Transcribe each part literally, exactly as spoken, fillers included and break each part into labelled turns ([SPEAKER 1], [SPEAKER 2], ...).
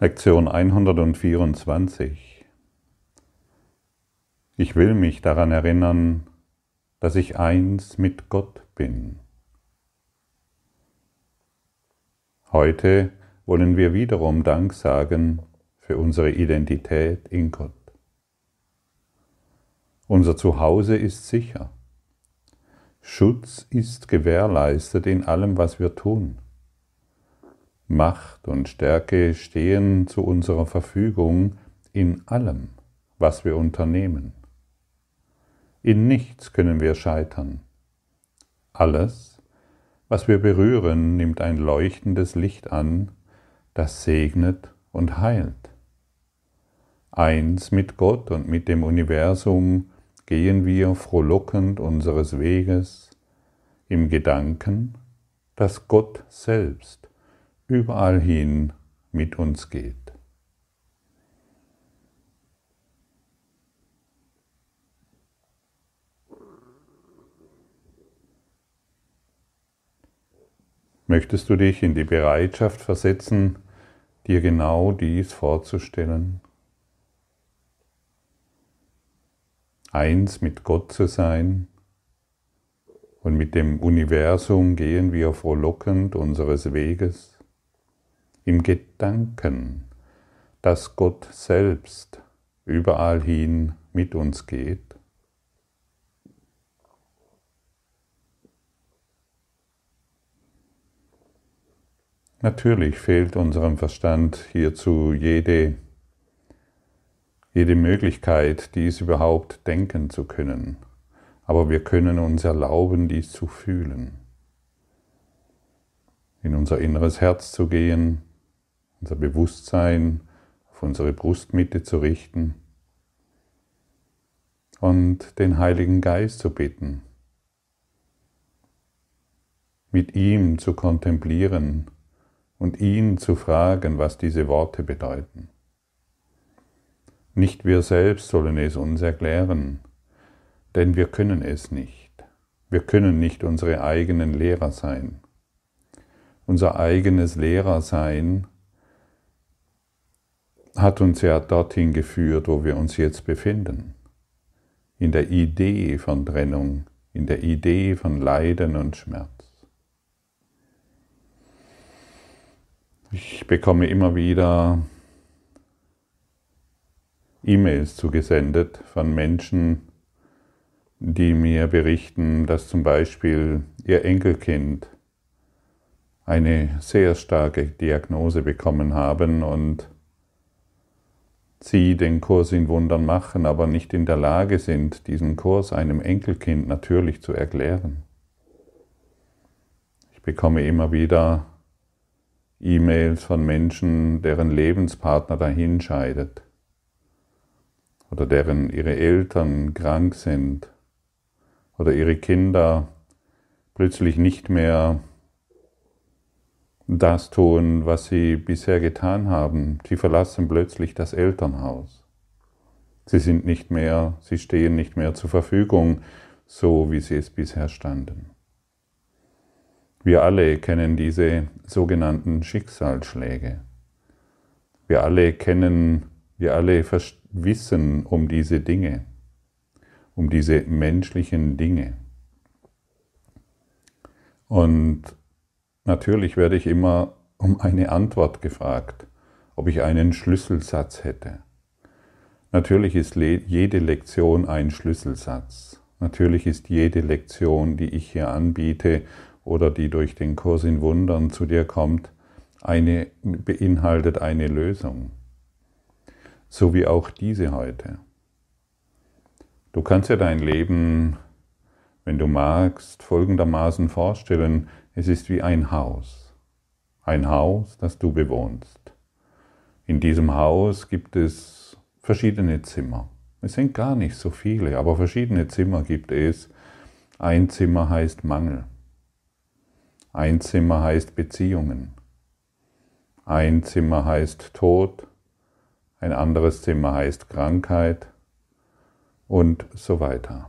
[SPEAKER 1] Lektion hundertvierundzwanzig. Ich will mich daran erinnern, dass ich eins mit Gott bin. Heute wollen wir wiederum Dank sagen für unsere Identität in Gott. Unser Zuhause ist sicher. Schutz ist gewährleistet in allem, was wir tun. Macht und Stärke stehen zu unserer Verfügung in allem, was wir unternehmen. In nichts können wir scheitern. Alles, was wir berühren, nimmt ein leuchtendes Licht an, das segnet und heilt. Eins mit Gott und mit dem Universum gehen wir frohlockend unseres Weges im Gedanken, dass Gott selbst überall hin mit uns geht. Möchtest du dich in die Bereitschaft versetzen, dir genau dies vorzustellen? Eins mit Gott zu sein und mit dem Universum gehen wir frohlockend unseres Weges im Gedanken, dass Gott selbst überall hin mit uns geht. Natürlich fehlt unserem Verstand hierzu jede, jede Möglichkeit, dies überhaupt denken zu können, aber wir können uns erlauben, dies zu fühlen, in unser inneres Herz zu gehen, unser Bewusstsein auf unsere Brustmitte zu richten und den Heiligen Geist zu bitten, mit ihm zu kontemplieren und ihn zu fragen, was diese Worte bedeuten. Nicht wir selbst sollen es uns erklären, denn wir können es nicht. Wir können nicht unsere eigenen Lehrer sein. Unser eigenes Lehrersein hat uns ja dorthin geführt, wo wir uns jetzt befinden. In der Idee von Trennung, in der Idee von Leiden und Schmerz. Ich bekomme immer wieder E-Mails zugesendet von Menschen, die mir berichten, dass zum Beispiel ihr Enkelkind eine sehr starke Diagnose bekommen haben und sie den Kurs in Wundern machen, aber nicht in der Lage sind, diesen Kurs einem Enkelkind natürlich zu erklären. Ich bekomme immer wieder E-Mails von Menschen, deren Lebenspartner dahinscheidet oder deren ihre Eltern krank sind oder ihre Kinder plötzlich nicht mehr das tun, was sie bisher getan haben. Sie verlassen plötzlich das Elternhaus. Sie sind nicht mehr, sie stehen nicht mehr zur Verfügung, so wie sie es bisher standen. Wir alle kennen diese sogenannten Schicksalsschläge. Wir alle kennen, wir alle wissen um diese Dinge, um diese menschlichen Dinge. Und natürlich werde ich immer um eine Antwort gefragt, ob ich einen Schlüsselsatz hätte. Natürlich ist jede Lektion ein Schlüsselsatz. Natürlich ist jede Lektion, die ich hier anbiete oder die durch den Kurs in Wundern zu dir kommt, eine, beinhaltet eine Lösung. So wie auch diese heute. Du kannst dir dein Leben, wenn du magst, folgendermaßen vorstellen: Es ist wie ein Haus. Ein Haus, das du bewohnst. In diesem Haus gibt es verschiedene Zimmer. Es sind gar nicht so viele, aber verschiedene Zimmer gibt es. Ein Zimmer heißt Mangel. Ein Zimmer heißt Beziehungen. Ein Zimmer heißt Tod. Ein anderes Zimmer heißt Krankheit und so weiter.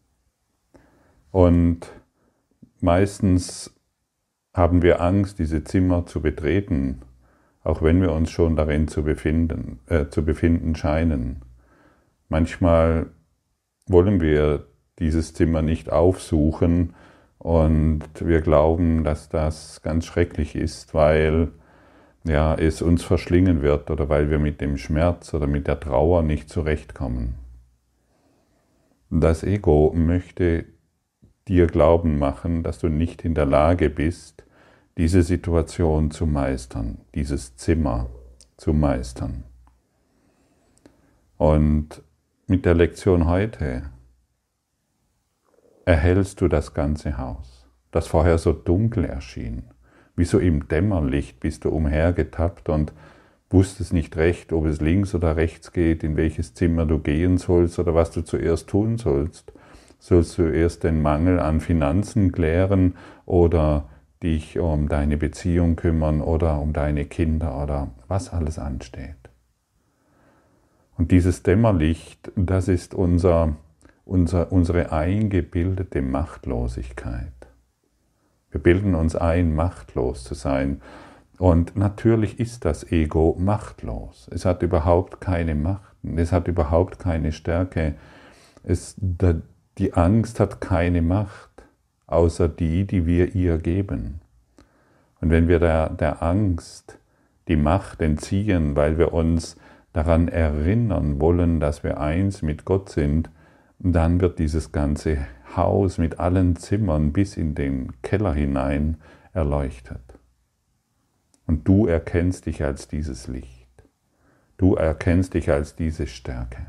[SPEAKER 1] Und meistens haben wir Angst, diese Zimmer zu betreten, auch wenn wir uns schon darin zu befinden, äh, zu befinden scheinen. Manchmal wollen wir dieses Zimmer nicht aufsuchen und wir glauben, dass das ganz schrecklich ist, weil ja, es uns verschlingen wird oder weil wir mit dem Schmerz oder mit der Trauer nicht zurechtkommen. Das Ego möchte dir glauben machen, dass du nicht in der Lage bist, diese Situation zu meistern, dieses Zimmer zu meistern. Und mit der Lektion heute erhellst du das ganze Haus, das vorher so dunkel erschien. Wie so im Dämmerlicht bist du umhergetappt und wusstest nicht recht, ob es links oder rechts geht, in welches Zimmer du gehen sollst oder was du zuerst tun sollst. Sollst du erst den Mangel an Finanzen klären oder dich um deine Beziehung kümmern oder um deine Kinder oder was alles ansteht. Und dieses Dämmerlicht, das ist unser, unser, unsere eingebildete Machtlosigkeit. Wir bilden uns ein, machtlos zu sein. Und natürlich ist das Ego machtlos. Es hat überhaupt keine Macht. Es hat überhaupt keine Stärke. Es, die Angst hat keine Macht, außer die, die wir ihr geben. Und wenn wir der, der Angst die Macht entziehen, weil wir uns daran erinnern wollen, dass wir eins mit Gott sind, dann wird dieses ganze Haus mit allen Zimmern bis in den Keller hinein erleuchtet. Und du erkennst dich als dieses Licht. Du erkennst dich als diese Stärke.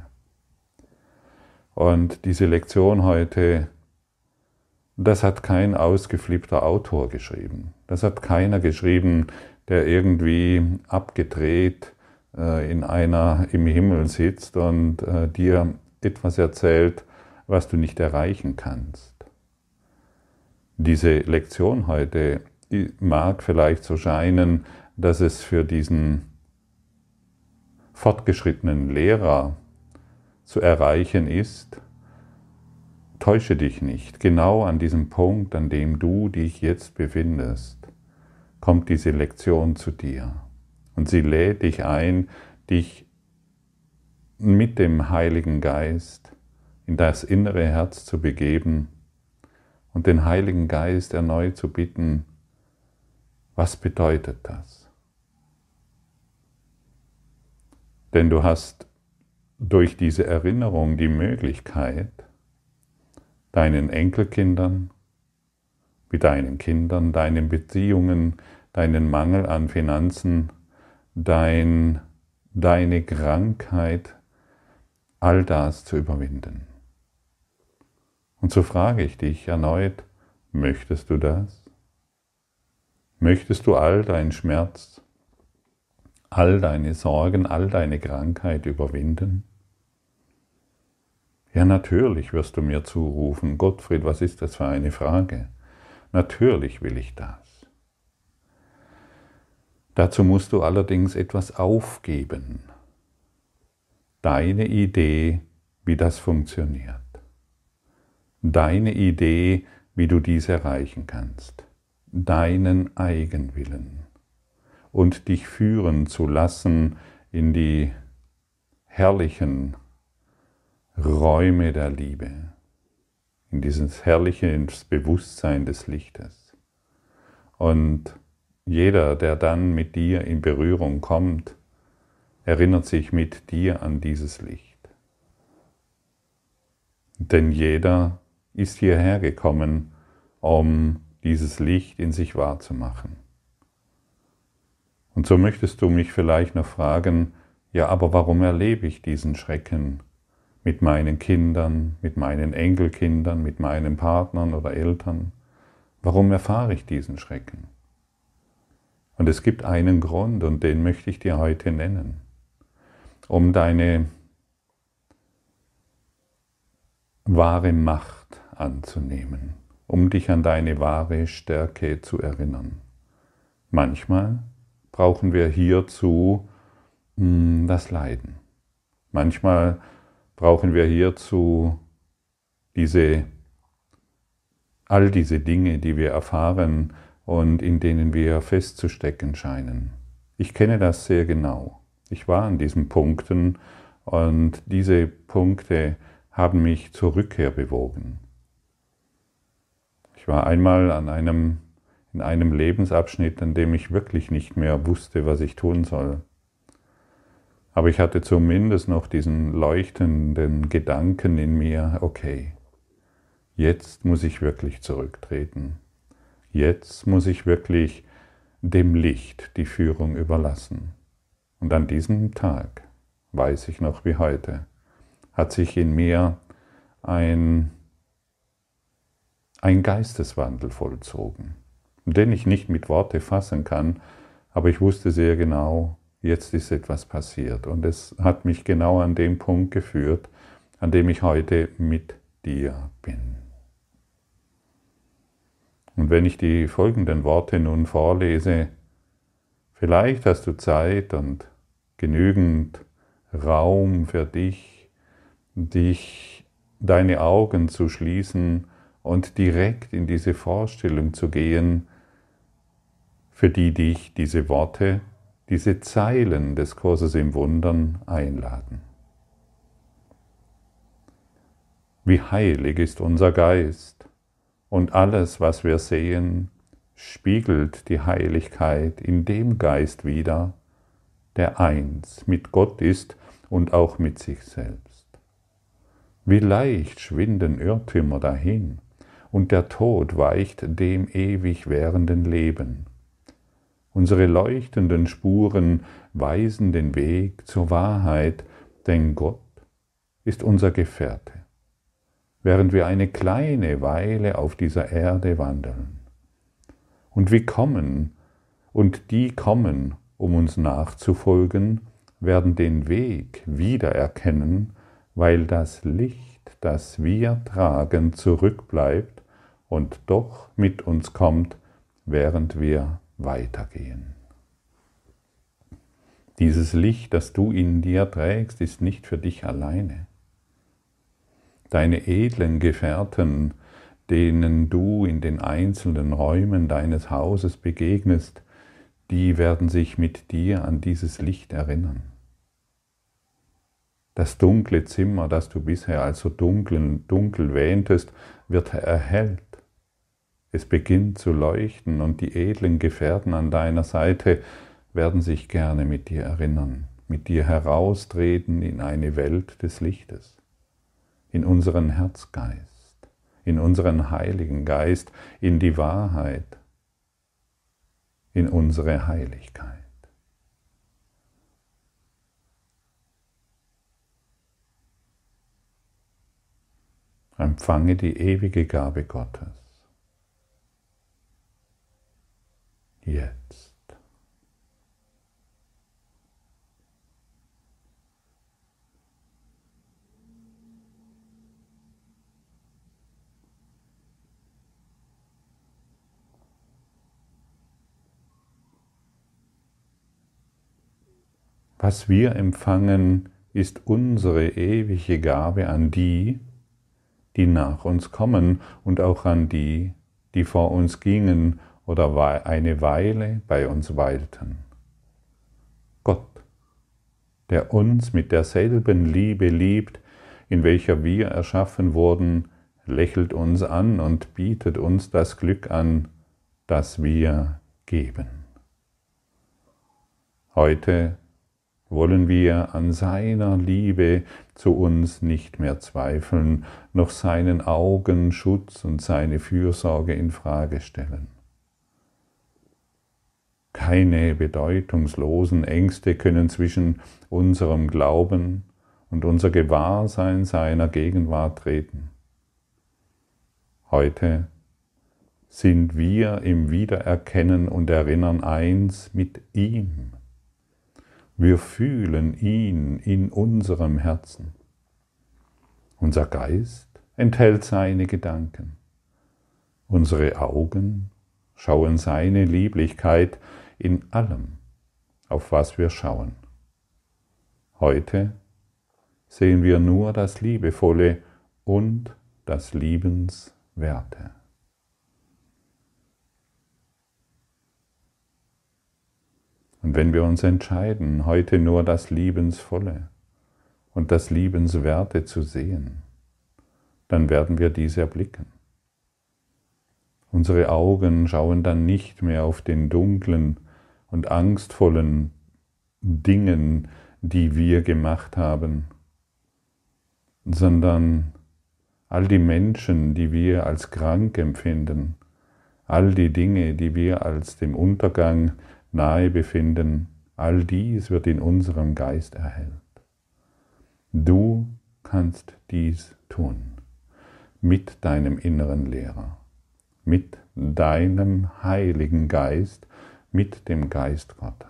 [SPEAKER 1] Und diese Lektion heute, das hat kein ausgeflippter Autor geschrieben. Das hat keiner geschrieben, der irgendwie abgedreht äh, in einer im Himmel sitzt und äh, dir etwas erzählt, was du nicht erreichen kannst. Diese Lektion heute mag vielleicht so scheinen, dass es für diesen fortgeschrittenen Lehrer zu erreichen ist. Täusche dich nicht. Genau an diesem Punkt, an dem du dich jetzt befindest, kommt diese Lektion zu dir. Und sie lädt dich ein, dich mit dem Heiligen Geist in das innere Herz zu begeben und den Heiligen Geist erneut zu bitten, was bedeutet das? Denn du hast durch diese Erinnerung die Möglichkeit, deinen Enkelkindern, mit deinen Kindern, deinen Beziehungen, deinen Mangel an Finanzen, dein, deine Krankheit, all das zu überwinden. Und so frage ich dich erneut, möchtest du das? Möchtest du all deinen Schmerz, all deine Sorgen, all deine Krankheit überwinden? Ja, natürlich wirst du mir zurufen, Gottfried, was ist das für eine Frage? Natürlich will ich das. Dazu musst du allerdings etwas aufgeben. Deine Idee, wie das funktioniert. Deine Idee, wie du dies erreichen kannst. Deinen Eigenwillen. Und dich führen zu lassen in die herrlichen Räume der Liebe, in dieses herrliche Bewusstsein des Lichtes. Und jeder, der dann mit dir in Berührung kommt, erinnert sich mit dir an dieses Licht. Denn jeder ist hierher gekommen, um dieses Licht in sich wahrzumachen. Und so möchtest du mich vielleicht noch fragen, ja, aber warum erlebe ich diesen Schrecken mit meinen Kindern, mit meinen Enkelkindern, mit meinen Partnern oder Eltern? Warum erfahre ich diesen Schrecken? Und es gibt einen Grund, und den möchte ich dir heute nennen, um deine wahre Macht anzunehmen, um dich an deine wahre Stärke zu erinnern. Manchmal brauchen wir hierzu mh, das Leiden. Manchmal brauchen wir hierzu diese, all diese Dinge, die wir erfahren und in denen wir festzustecken scheinen. Ich kenne das sehr genau. Ich war an diesen Punkten und diese Punkte haben mich zur Rückkehr bewogen. Ich war einmal an einem, in einem Lebensabschnitt, an dem ich wirklich nicht mehr wusste, was ich tun soll. Aber ich hatte zumindest noch diesen leuchtenden Gedanken in mir, okay, jetzt muss ich wirklich zurücktreten. Jetzt muss ich wirklich dem Licht die Führung überlassen. Und an diesem Tag, weiß ich noch wie heute, hat sich in mir ein, ein Geisteswandel vollzogen, den ich nicht mit Worte fassen kann, aber ich wusste sehr genau, jetzt ist etwas passiert. Und es hat mich genau an den Punkt geführt, an dem ich heute mit dir bin. Und wenn ich die folgenden Worte nun vorlese, vielleicht hast du Zeit und genügend Raum für dich, dich, deine Augen zu schließen und direkt in diese Vorstellung zu gehen, für die dich diese Worte, diese Zeilen des Kurses im Wundern einladen. Wie heilig ist unser Geist, und alles, was wir sehen, spiegelt die Heiligkeit in dem Geist wider, der eins mit Gott ist und auch mit sich selbst. Wie leicht schwinden Irrtümer dahin, und der Tod weicht dem ewig währenden Leben. Unsere leuchtenden Spuren weisen den Weg zur Wahrheit, denn Gott ist unser Gefährte, während wir eine kleine Weile auf dieser Erde wandeln. Und wir kommen, und die kommen, um uns nachzufolgen, werden den Weg wiedererkennen, weil das Licht, das wir tragen, zurückbleibt und doch mit uns kommt, während wir weitergehen. Dieses Licht, das du in dir trägst, ist nicht für dich alleine. Deine edlen Gefährten, denen du in den einzelnen Räumen deines Hauses begegnest, die werden sich mit dir an dieses Licht erinnern. Das dunkle Zimmer, das du bisher als so dunkel, dunkel wähntest, wird erhellt. Es beginnt zu leuchten und die edlen Gefährten an deiner Seite werden sich gerne mit dir erinnern, mit dir heraustreten in eine Welt des Lichtes, in unseren Herzgeist, in unseren Heiligen Geist, in die Wahrheit, in unsere Heiligkeit. Empfange die ewige Gabe Gottes. Jetzt. Was wir empfangen, ist unsere ewige Gabe an die, die nach uns kommen und auch an die, die vor uns gingen oder eine Weile bei uns weilten. Gott, der uns mit derselben Liebe liebt, in welcher wir erschaffen wurden, lächelt uns an und bietet uns das Glück an, das wir geben. Heute wollen wir an seiner Liebe zu uns nicht mehr zweifeln, noch seinen Augenschutz und seine Fürsorge in Frage stellen. Keine bedeutungslosen Ängste können zwischen unserem Glauben und unser Gewahrsein seiner Gegenwart treten. Heute sind wir im Wiedererkennen und Erinnern eins mit ihm. Wir fühlen ihn in unserem Herzen. Unser Geist enthält seine Gedanken. Unsere Augen schauen seine Lieblichkeit in allem, auf was wir schauen. Heute sehen wir nur das Liebevolle und das Liebenswerte. Und wenn wir uns entscheiden, heute nur das Liebensvolle und das Liebenswerte zu sehen, dann werden wir dies erblicken. Unsere Augen schauen dann nicht mehr auf den dunklen und angstvollen Dingen, die wir gemacht haben, sondern all die Menschen, die wir als krank empfinden, all die Dinge, die wir als dem Untergang nahe befinden, all dies wird in unserem Geist erhellt. Du kannst dies tun mit deinem inneren Lehrer, mit deinem Heiligen Geist, mit dem Geist Gottes.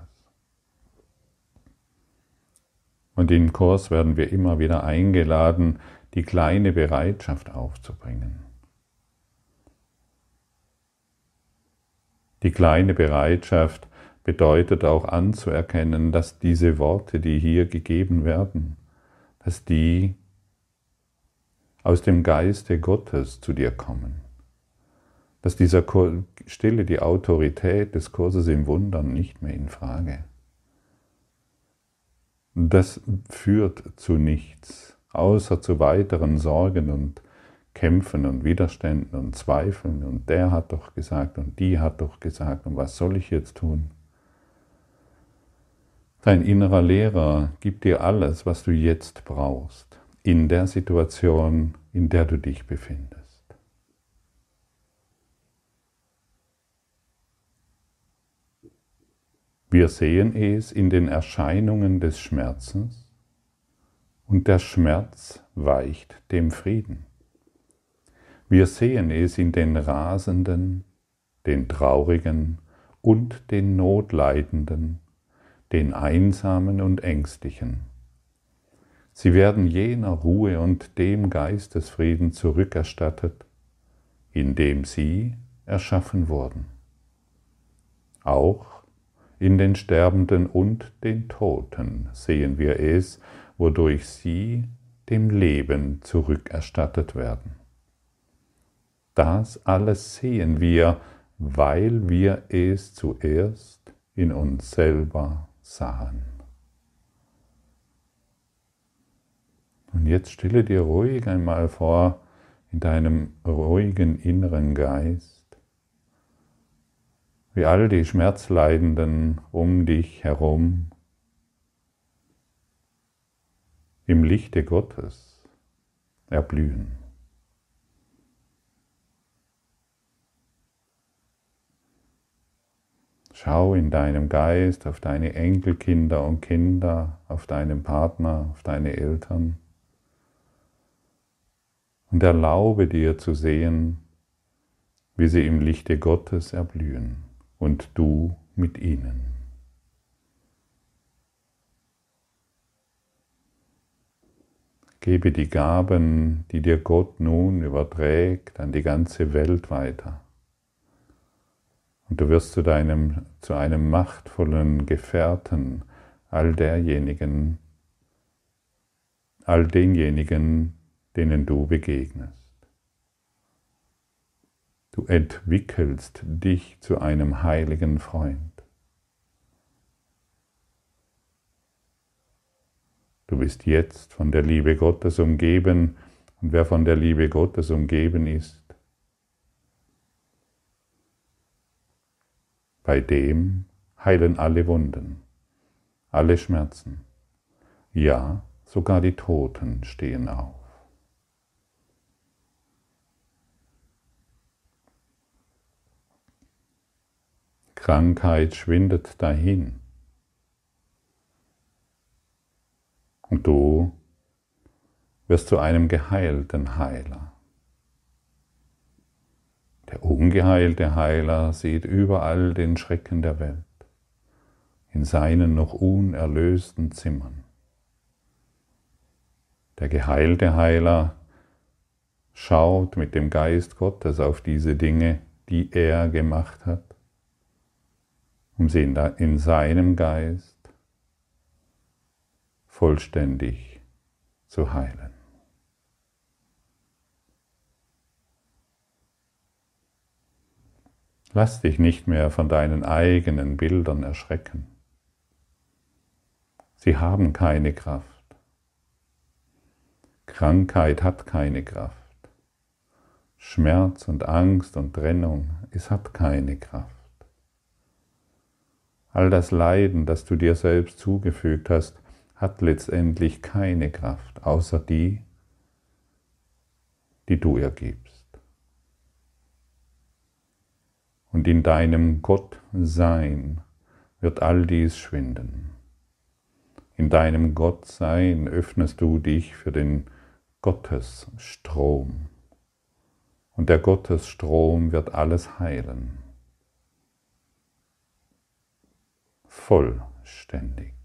[SPEAKER 1] Und im Kurs werden wir immer wieder eingeladen, die kleine Bereitschaft aufzubringen. Die kleine Bereitschaft bedeutet auch anzuerkennen, dass diese Worte, die hier gegeben werden, dass die aus dem Geiste Gottes zu dir kommen. Dass dieser Kurs, stelle die Autorität des Kurses im Wundern nicht mehr in Frage. Das führt zu nichts, außer zu weiteren Sorgen und Kämpfen und Widerständen und Zweifeln und der hat doch gesagt und die hat doch gesagt und was soll ich jetzt tun? Dein innerer Lehrer gibt dir alles, was du jetzt brauchst, in der Situation, in der du dich befindest. Wir sehen es in den Erscheinungen des Schmerzens und der Schmerz weicht dem Frieden. Wir sehen es in den Rasenden, den Traurigen und den Notleidenden, den Einsamen und Ängstlichen. Sie werden jener Ruhe und dem Geistesfrieden zurückerstattet, in dem sie erschaffen wurden. Auch in den Sterbenden und den Toten sehen wir es, wodurch sie dem Leben zurückerstattet werden. Das alles sehen wir, weil wir es zuerst in uns selber sahen. Und jetzt stelle dir ruhig einmal vor, in deinem ruhigen inneren Geist, wie all die Schmerzleidenden um dich herum im Lichte Gottes erblühen. Schau in deinem Geist auf deine Enkelkinder und Kinder, auf deinen Partner, auf deine Eltern und erlaube dir zu sehen, wie sie im Lichte Gottes erblühen und du mit ihnen. Gebe die Gaben, die dir Gott nun überträgt, an die ganze Welt weiter. Und du wirst zu, deinem, zu einem machtvollen Gefährten all derjenigen, all denjenigen, denen du begegnest. Du entwickelst dich zu einem heiligen Freund. Du bist jetzt von der Liebe Gottes umgeben und wer von der Liebe Gottes umgeben ist, bei dem heilen alle Wunden, alle Schmerzen, ja, sogar die Toten stehen auf. Krankheit schwindet dahin und du wirst zu einem geheilten Heiler. Der ungeheilte Heiler sieht überall den Schrecken der Welt, in seinen noch unerlösten Zimmern. Der geheilte Heiler schaut mit dem Geist Gottes auf diese Dinge, die er gemacht hat, um sie in seinem Geist vollständig zu heilen. Lass dich nicht mehr von deinen eigenen Bildern erschrecken. Sie haben keine Kraft. Krankheit hat keine Kraft. Schmerz und Angst und Trennung, es hat keine Kraft. All das Leiden, das du dir selbst zugefügt hast, hat letztendlich keine Kraft, außer die, die du ihr gibst. Und in deinem Gottsein wird all dies schwinden. In deinem Gottsein öffnest du dich für den Gottesstrom. Und der Gottesstrom wird alles heilen. Vollständig.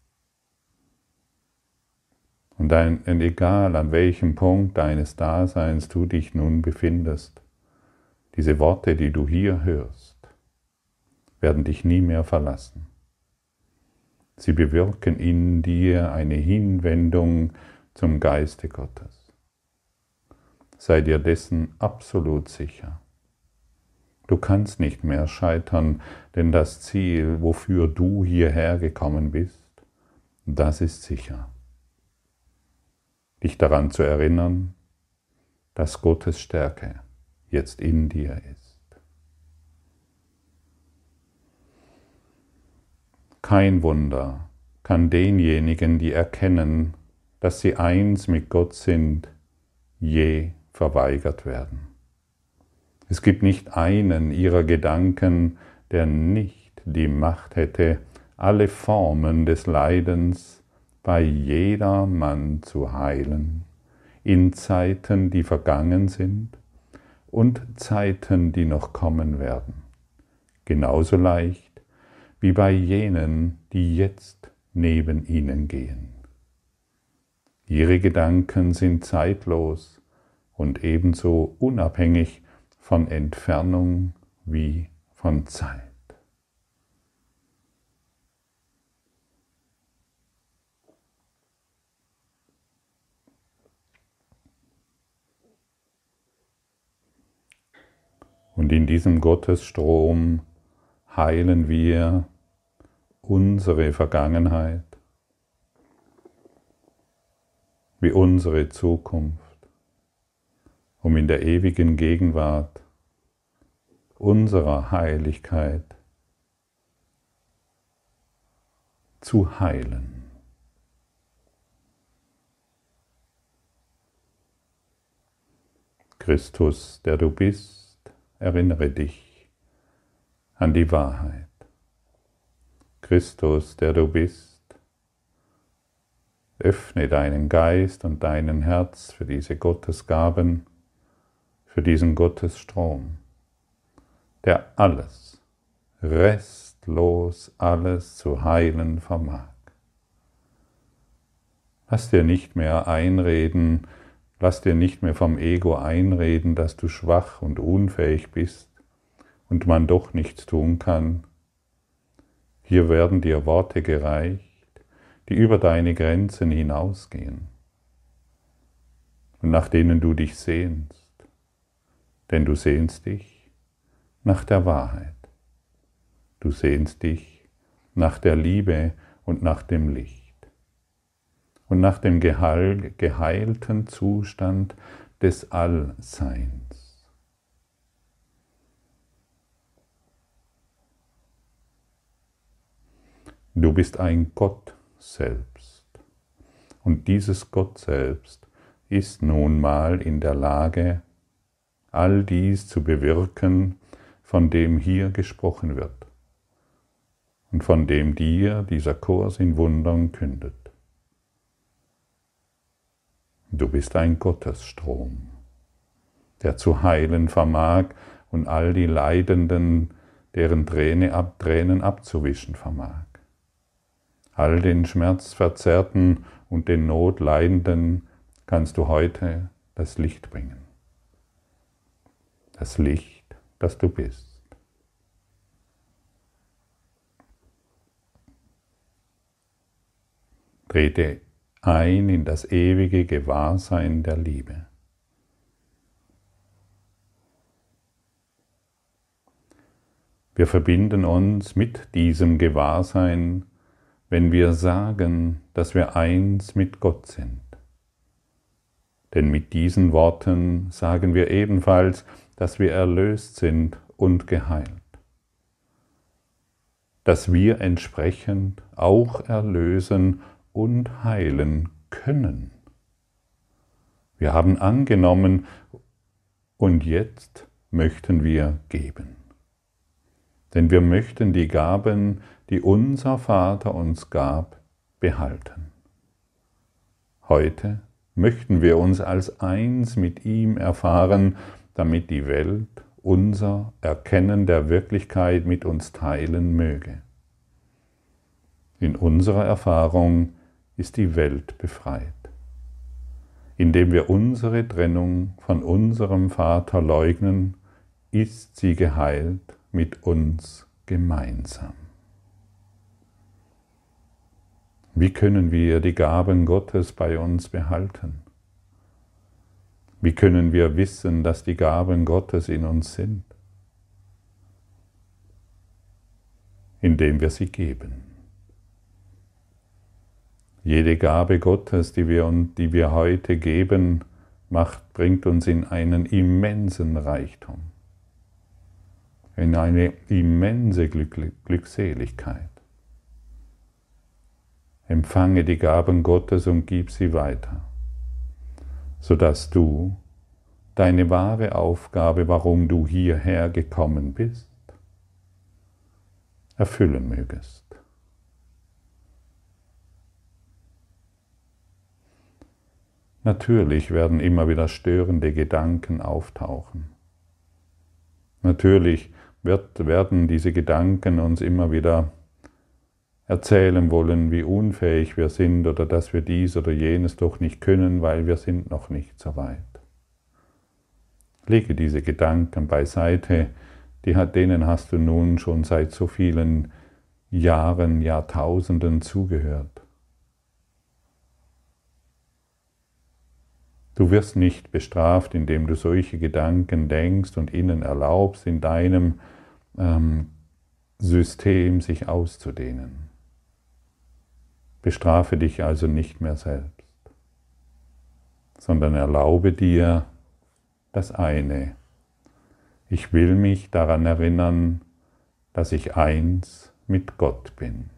[SPEAKER 1] Und, ein, und egal an welchem Punkt deines Daseins du dich nun befindest, diese Worte, die du hier hörst, werden dich nie mehr verlassen. Sie bewirken in dir eine Hinwendung zum Geiste Gottes. Sei dir dessen absolut sicher. Du kannst nicht mehr scheitern, denn das Ziel, wofür du hierher gekommen bist, das ist sicher. Dich daran zu erinnern, dass Gottes Stärke jetzt in dir ist. Kein Wunder kann denjenigen, die erkennen, dass sie eins mit Gott sind, je verweigert werden. Es gibt nicht einen ihrer Gedanken, der nicht die Macht hätte, alle Formen des Leidens bei jedermann zu heilen, in Zeiten, die vergangen sind und Zeiten, die noch kommen werden. Genauso leicht wie bei jenen, die jetzt neben ihnen gehen. Ihre Gedanken sind zeitlos und ebenso unabhängig von Entfernung wie von Zeit. Und in diesem Gottesstrom heilen wir unsere Vergangenheit wie unsere Zukunft, um in der ewigen Gegenwart unserer Heiligkeit zu heilen. Christus, der du bist, erinnere dich an die Wahrheit. Christus, der du bist, öffne deinen Geist und dein Herz für diese Gottesgaben, für diesen Gottesstrom, der alles, restlos alles zu heilen vermag. Lass dir nicht mehr einreden, lass dir nicht mehr vom Ego einreden, dass du schwach und unfähig bist und man doch nichts tun kann. Hier werden dir Worte gereicht, die über deine Grenzen hinausgehen und nach denen du dich sehnst, denn du sehnst dich nach der Wahrheit. Du sehnst dich nach der Liebe und nach dem Licht und nach dem geheil, geheilten Zustand des Allseins. Du bist ein Gott selbst und dieses Gott selbst ist nun mal in der Lage, all dies zu bewirken, von dem hier gesprochen wird und von dem dir dieser Kurs in Wundern kündet. Du bist ein Gottesstrom, der zu heilen vermag und all die Leidenden, deren Träne ab, Tränen abzuwischen vermag. All den Schmerzverzerrten und den Notleidenden kannst du heute das Licht bringen. Das Licht, das du bist. Trete ein in das ewige Gewahrsein der Liebe. Wir verbinden uns mit diesem Gewahrsein wenn wir sagen, dass wir eins mit Gott sind. Denn mit diesen Worten sagen wir ebenfalls, dass wir erlöst sind und geheilt. Dass wir entsprechend auch erlösen und heilen können. Wir haben angenommen und jetzt möchten wir geben. Denn wir möchten die Gaben, die unser Vater uns gab, behalten. Heute möchten wir uns als eins mit ihm erfahren, damit die Welt unser Erkennen der Wirklichkeit mit uns teilen möge. In unserer Erfahrung ist die Welt befreit. Indem wir unsere Trennung von unserem Vater leugnen, ist sie geheilt mit uns gemeinsam. Wie können wir die Gaben Gottes bei uns behalten? Wie können wir wissen, dass die Gaben Gottes in uns sind? Indem wir sie geben. Jede Gabe Gottes, die wir, die wir heute geben, macht, bringt uns in einen immensen Reichtum, in eine immense Glück, Glückseligkeit. Empfange die Gaben Gottes und gib sie weiter, sodass du deine wahre Aufgabe, warum du hierher gekommen bist, erfüllen mögest. Natürlich werden immer wieder störende Gedanken auftauchen. Natürlich wird, werden diese Gedanken uns immer wieder erzählen wollen, wie unfähig wir sind oder dass wir dies oder jenes doch nicht können, weil wir sind noch nicht so weit. Lege diese Gedanken beiseite, die, denen hast du nun schon seit so vielen Jahren, Jahrtausenden zugehört. Du wirst nicht bestraft, indem du solche Gedanken denkst und ihnen erlaubst, in deinem ähm, System sich auszudehnen. Bestrafe dich also nicht mehr selbst, sondern erlaube dir das eine. Ich will mich daran erinnern, dass ich eins mit Gott bin.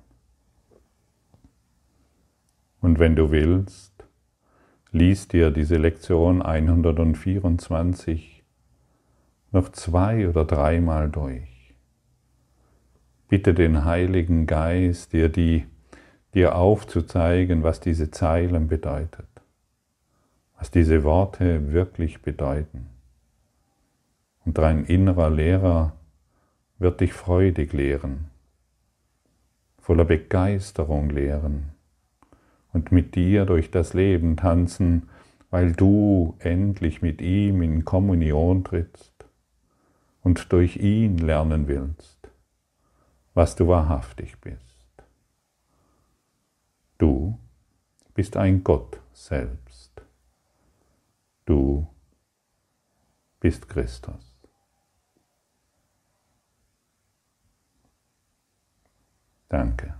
[SPEAKER 1] Und wenn du willst, lies dir diese Lektion hundertvierundzwanzig noch zwei oder dreimal durch. Bitte den Heiligen Geist, dir, die, dir aufzuzeigen, was diese Zeilen bedeutet, was diese Worte wirklich bedeuten. Und dein innerer Lehrer wird dich freudig lehren, voller Begeisterung lehren und mit dir durch das Leben tanzen, weil du endlich mit ihm in Kommunion trittst und durch ihn lernen willst, was du wahrhaftig bist. Du bist ein Gott selbst. Du bist Christus. Danke.